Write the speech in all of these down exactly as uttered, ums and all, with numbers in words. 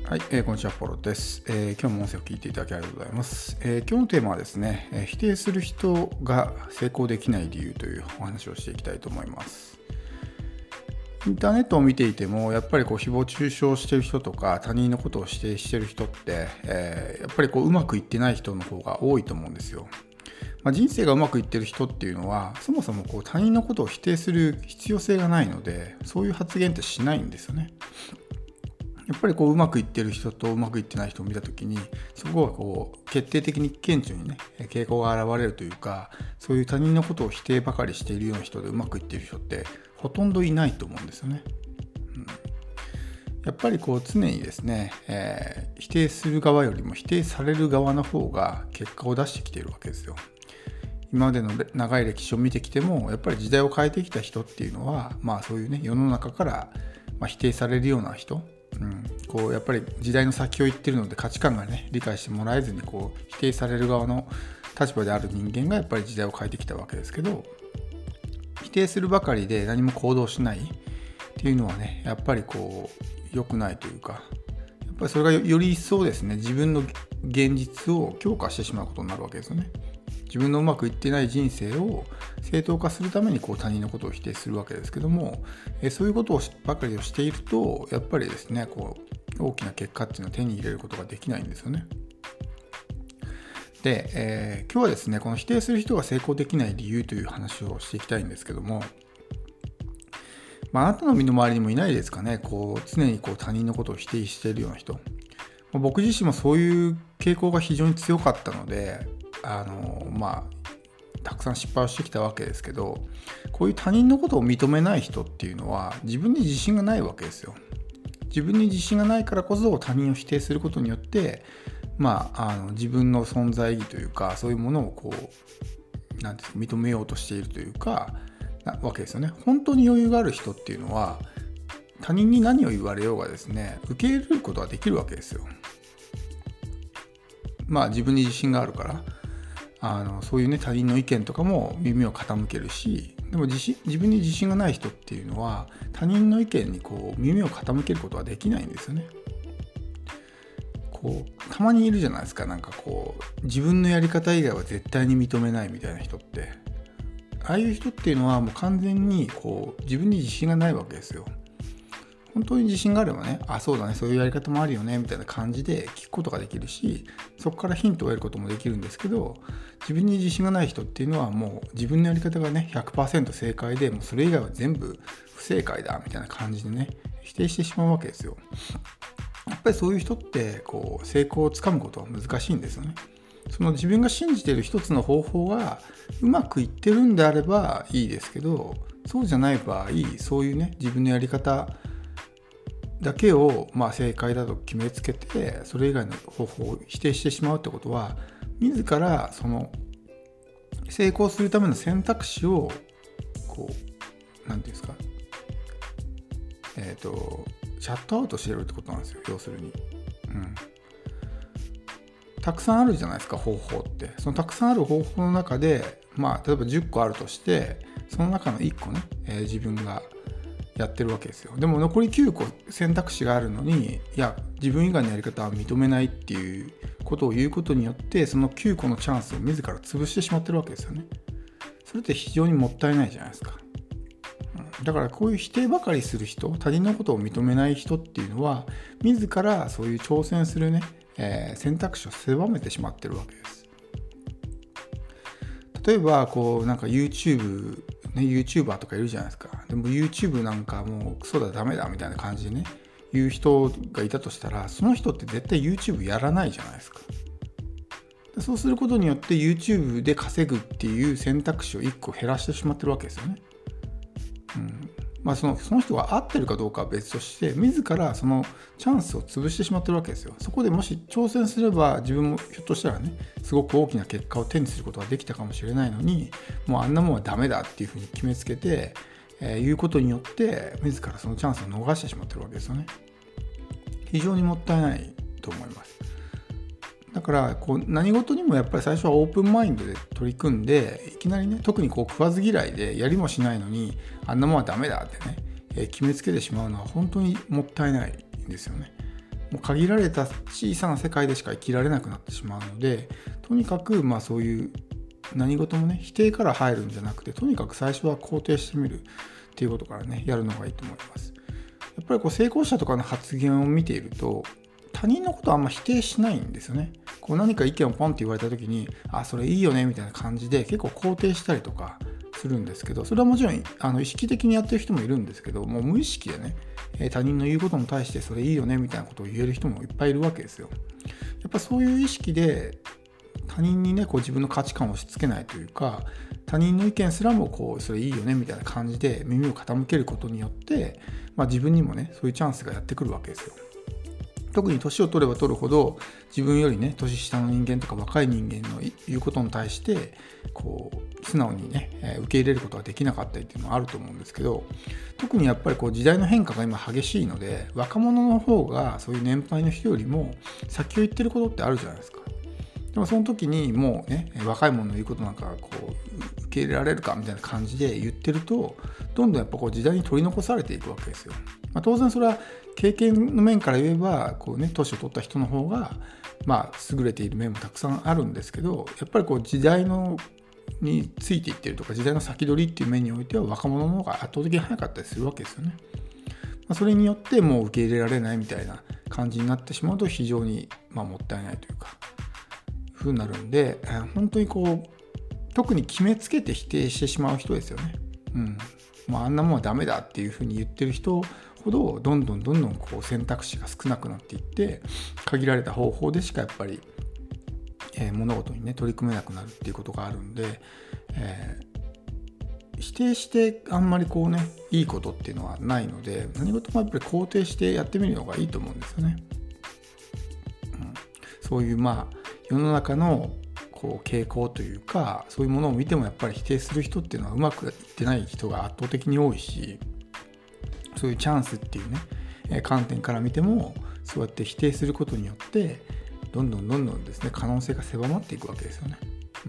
はい、えーこんにちは、ポロです、えー今日も音声を聞いていただきありがとうございます。えー今日のテーマはですね、えー否定する人が成功できない理由というお話をしていきたいと思います。インターネットを見ていても、やっぱりこう誹謗中傷している人とか他人のことを否定している人って、えーやっぱりこううまくいってない人の方が多いと思うんですよ。まあ、人生がうまくいってる人っていうのは、そもそもこう他人のことを否定する必要性がないので、そういう発言ってしないんですよね。やっぱりこううまくいってる人とうまくいってない人を見たときに、そこがこう決定的に顕著にね傾向が現れるというか、そういう他人のことを否定ばかりしているような人でうまくいっている人ってほとんどいないと思うんですよね。うん、やっぱりこう常にですね、えー否定する側よりも否定される側の方が結果を出してきているわけですよ。今までの長い歴史を見てきても、やっぱり時代を変えてきた人っていうのは、まあそういうね世の中からまあ否定されるような人、うん、こうやっぱり時代の先を言ってるので価値観がね理解してもらえずにこう否定される側の立場である人間がやっぱり時代を変えてきたわけですけど、否定するばかりで何も行動しないっていうのはね、やっぱりこう良くないというか、やっぱりそれがより一層ですね、自分の現実を強化してしまうことになるわけですよね。自分のうまくいってない人生を正当化するためにこう他人のことを否定するわけですけども、えそういうことをばかりをしていると、やっぱりですねこう大きな結果っていうのを手に入れることができないんですよね。で、えー今日はですねこの否定する人が成功できない理由という話をしていきたいんですけども、まあ、あなたの身の回りにもいないですかね、こう常にこう他人のことを否定しているような人。まあ僕自身もそういう傾向が非常に強かったので、あのまあたくさん失敗をしてきたわけですけど、こういう他人のことを認めない人っていうのは自分に自信がないわけですよ。自分に自信がないからこそ他人を否定することによって、まあ、あの自分の存在意義というか、そういうものをこうなんていうか認めようとしているというかなわけですよね。本当に余裕がある人っていうのは、他人に何を言われようがですね受け入れることができるわけですよ。まあ自分に自信があるから、あのそういうね他人の意見とかも耳を傾けるし、でも自信自分に自信がない人っていうのは他人の意見にこう耳を傾けることはできないんですよね。こうたまにいるじゃないですか、なんかこう自分のやり方以外は絶対に認めないみたいな人って。ああいう人っていうのはもう完全にこう自分に自信がないわけですよ。本当に自信があればね、あ、そうだね、そういうやり方もあるよねみたいな感じで聞くことができるし、そこからヒントを得ることもできるんですけど、自分に自信がない人っていうのはもう自分のやり方がね ひゃくパーセント 正解で、もうそれ以外は全部不正解だみたいな感じでね否定してしまうわけですよ。やっぱりそういう人ってこう成功をつかむことは難しいんですよね。その自分が信じている一つの方法がうまくいってるんであればいいですけど、そうじゃない場合、そういうね自分のやり方だけをまあ正解だと決めつけて、それ以外の方法を否定してしまうってことは、自らその成功するための選択肢をこうなんていうんですか、えっとシャットアウトしてるってことなんですよ、要するに。うん。たくさんあるじゃないですか、方法って。そのたくさんある方法の中で、まあ例えばじゅっこあるとして、その中のいっこね、えー自分がやってるわけですよ。でも残りきゅうこ選択肢があるのに、いや自分以外のやり方は認めないっていうことを言うことによって、そのきゅうこのチャンスを自ら潰してしまってるわけですよね。それって非常にもったいないじゃないですか。うん、だからこういう否定ばかりする人、他人のことを認めない人っていうのは、自らそういう挑戦するね、えー選択肢を狭めてしまってるわけです。例えばこうなんか YouTube ね、YouTuber とかいるじゃないですか。でも YouTube なんかもうクソだダメだみたいな感じでね言う人がいたとしたら、その人って絶対 YouTube やらないじゃないですか。そうすることによって YouTube で稼ぐっていう選択肢をいっこ減らしてしまってるわけですよね。うん、まあそのその人が合ってるかどうかは別として、自らそのチャンスを潰してしまってるわけですよ。そこでもし挑戦すれば、自分もひょっとしたらねすごく大きな結果を手にすることができたかもしれないのに、もうあんなもんはダメだっていうふうに決めつけて、えー、言うことによって自らそのチャンスを逃してしまってるわけですよね。非常にもったいないと思います。だからこう何事にもやっぱり最初はオープンマインドで取り組んで、いきなりね特にこう食わず嫌いでやりもしないのにあんなもんはダメだってね、えー決めつけてしまうのは本当にもったいないんですよね。 もう限られた小さな世界でしか生きられなくなってしまうので、とにかくまあそういう何事もね否定から入るんじゃなくて、とにかく最初は肯定してみるっていうことからねやるのがいいと思います。やっぱりこう成功者とかの発言を見ていると、他人のことはあんま否定しないんですよね。こう何か意見をポンって言われた時に、あ、それいいよねみたいな感じで結構肯定したりとかするんですけど、それはもちろんあの意識的にやってる人もいるんですけど、もう無意識でね、他人の言うことに対してそれいいよねみたいなことを言える人もいっぱいいるわけですよ。やっぱそういう意識で他人にねこう自分の価値観を押し付けないというか、他人の意見すらもこうそれいいよねみたいな感じで耳を傾けることによって、まあ、自分にもねそういうチャンスがやってくるわけですよ。特に年を取れば取るほど、自分よりね年下の人間とか若い人間の言うことに対してこう素直にね、えー、受け入れることができなかったりっていうのはあると思うんですけど、特にやっぱりこう時代の変化が今激しいので、若者の方がそういう年配の人よりも先を言ってることってあるじゃないですか。でもその時にもうね若い者の言うことなんかこう受け入れられるかみたいな感じで言ってると、どんどんやっぱこう時代に取り残されていくわけですよ。まあ、当然それは経験の面から言えばこうね年を取った人の方がまあ優れている面もたくさんあるんですけど、やっぱりこう時代のについていってるとか時代の先取りっていう面においては若者の方が圧倒的に早かったりするわけですよね。まあ、それによってもう受け入れられないみたいな感じになってしまうと非常にまあもったいないというか風になるんで、本当にこう特に決めつけて否定してしまう人ですよね。うん。まあ、あんなもんはダメだっていうふうに言ってる人ほどどんどんどんどんこう選択肢が少なくなっていって、限られた方法でしかやっぱり、えー、物事にね取り組めなくなるっていうことがあるんで、えー、否定してあんまりこうねいいことっていうのはないので、何事もやっぱり肯定してやってみるのがいいと思うんですよね。うん、そういうまあ世の中のこう傾向というか、そういうものを見てもやっぱり否定する人っていうのはうまくいってない人が圧倒的に多いし、そういうチャンスっていうね観点から見てもそうやって否定することによってどんどんどんどんですね可能性が狭まっていくわけですよね。うん、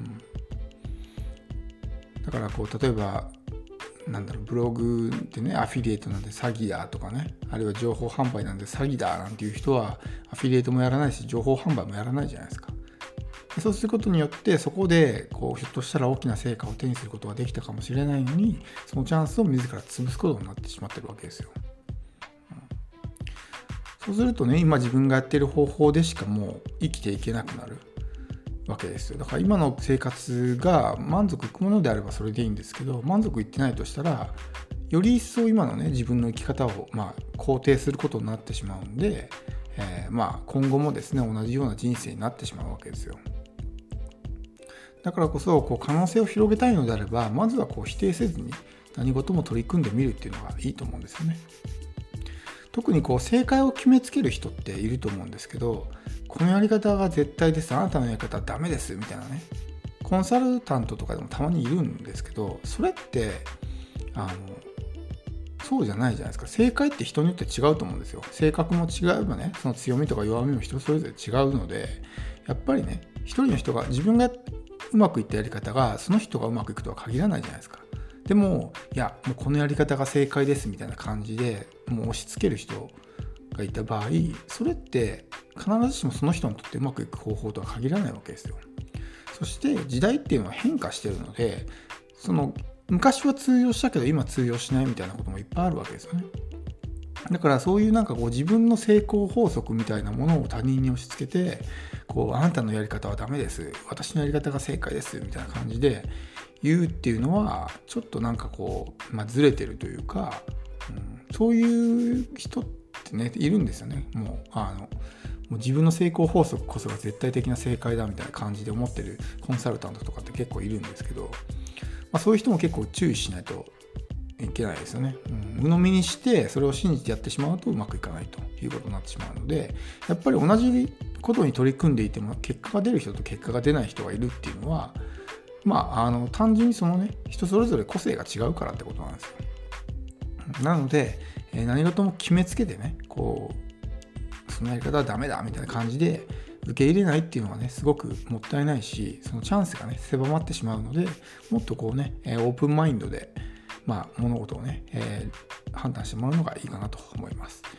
だからこう例えばなんだろうブログでねアフィリエイトなんで詐欺だとかね、あるいは情報販売なんで詐欺だなんていう人はアフィリエイトもやらないし情報販売もやらないじゃないですか。そうすることによってそこでこうひょっとしたら大きな成果を手にすることができたかもしれないのに、そのチャンスを自ら潰すことになってしまってるわけですよ。うん、そうするとね今自分がやっている方法でしかもう生きていけなくなるわけですよ。だから今の生活が満足いくものであればそれでいいんですけど、満足いってないとしたらより一層今のね自分の生き方をまあ肯定することになってしまうんで、えー、まあ今後もですね同じような人生になってしまうわけですよ。だからこそこう可能性を広げたいのであれば、まずはこう否定せずに何事も取り組んでみるっていうのがいいと思うんですよね。特にこう正解を決めつける人っていると思うんですけど、このやり方が絶対です、あなたのやり方はダメですみたいなね、コンサルタントとかでもたまにいるんですけど、それってあのそうじゃないじゃないですか。正解って人によって違うと思うんですよ。性格も違えばね、その強みとか弱みも人それぞれ違うので、やっぱりね一人の人が自分がうまくいったやり方がその人がうまくいくとは限らないじゃないですか。でもいやもうこのやり方が正解ですみたいな感じでもう押し付ける人がいた場合、それって必ずしもその人にとってうまくいく方法とは限らないわけですよ。そして時代っていうのは変化しているので、その昔は通用したけど今通用しないみたいなこともいっぱいあるわけですよね。だからそういうなんかこう自分の成功法則みたいなものを他人に押し付けて、こうあなたのやり方はダメです、私のやり方が正解ですみたいな感じで言うっていうのはちょっとなんかこう、まあ、ずれてるというか、うん、そういう人ってねいるんですよね。もうあのもう自分の成功法則こそが絶対的な正解だみたいな感じで思ってるコンサルタントとかって結構いるんですけど、まあ、そういう人も結構注意しないといけないですよね。うん、鵜呑みにしてそれを信じてやってしまうとうまくいかないということになってしまうので、やっぱり同じことに取り組んでいても結果が出る人と結果が出ない人がいるっていうのは、まああの単純にそのね人それぞれ個性が違うからってことなんですよ。なので、えー、何事も決めつけてねこうそのやり方はダメだみたいな感じで受け入れないっていうのはねすごくもったいないし、そのチャンスがね狭まってしまうので、もっとこうねオープンマインドでまあ、物事をね、えー、判断してもらうのがいいかなと思います。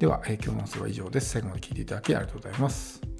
では、えー、今日の放送は以上です。最後まで聞いていただきありがとうございます。